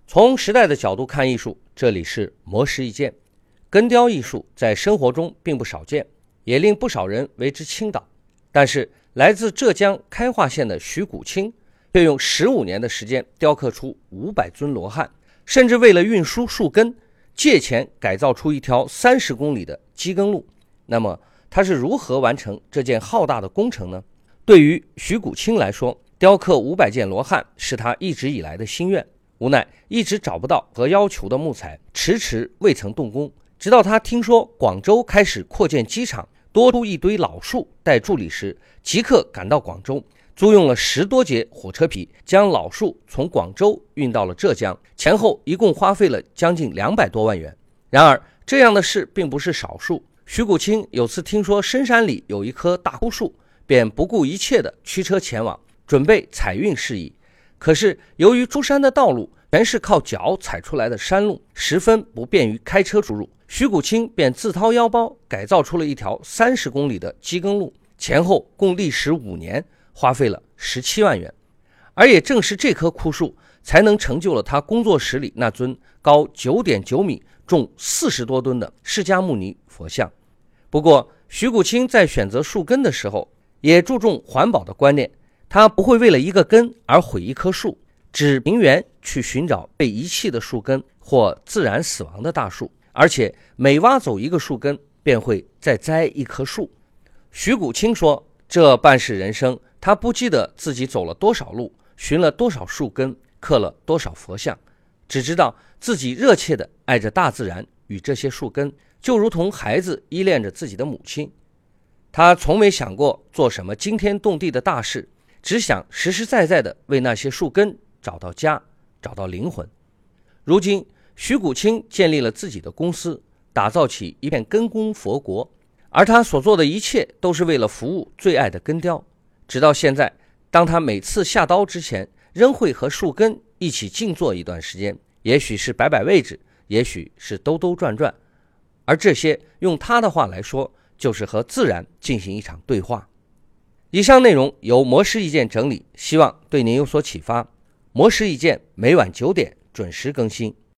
从时代的角度看艺术，这里是魔石一见。根雕艺术在生活中并不少见，也令不少人为之倾倒。但是来自浙江开化县的徐谷清却用15年的时间雕刻出500尊罗汉，甚至为了运输树根，借钱改造出一条30公里的机耕路。那么他是如何完成这件浩大的工程呢？对于徐谷清来说，雕刻500件罗汉是他一直以来的心愿，无奈一直找不到和要求的木材，迟迟未曾动工。直到他听说广州开始扩建机场，多出一堆老树待处理时，即刻赶到广州，租用了10多节火车皮，将老树从广州运到了浙江，前后一共花费了将近200多万元。然而这样的事并不是少数，徐谷清有次听说深山里有一棵大枯树，便不顾一切地驱车前往，准备采运事宜。可是由于出山的道路全是靠脚踩出来的山路，十分不便于开车出入，徐谷清便自掏腰包改造出了一条30公里的机耕路，前后共历时5年，花费了17万元。而也正是这棵枯树才能成就了他工作室里那尊高9.9米、重40多吨的释迦牟尼佛像。不过徐谷清在选择树根的时候也注重环保的观念，他不会为了一个根而毁一棵树，只平原去寻找被遗弃的树根或自然死亡的大树，而且每挖走一个树根便会再栽一棵树。徐谷清说，这半世人生，他不记得自己走了多少路，寻了多少树根，刻了多少佛像，只知道自己热切地爱着大自然与这些树根，就如同孩子依恋着自己的母亲。他从没想过做什么惊天动地的大事，只想实实在在地为那些树根找到家，找到灵魂。如今徐谷清建立了自己的公司，打造起一片根工佛国，而他所做的一切都是为了服务最爱的根雕。直到现在，当他每次下刀之前，仍会和树根一起静坐一段时间，也许是摆摆位置，也许是兜兜转转，而这些用他的话来说，就是和自然进行一场对话。以上内容由魔石意见整理，希望对您有所启发。魔石意见每晚9点准时更新。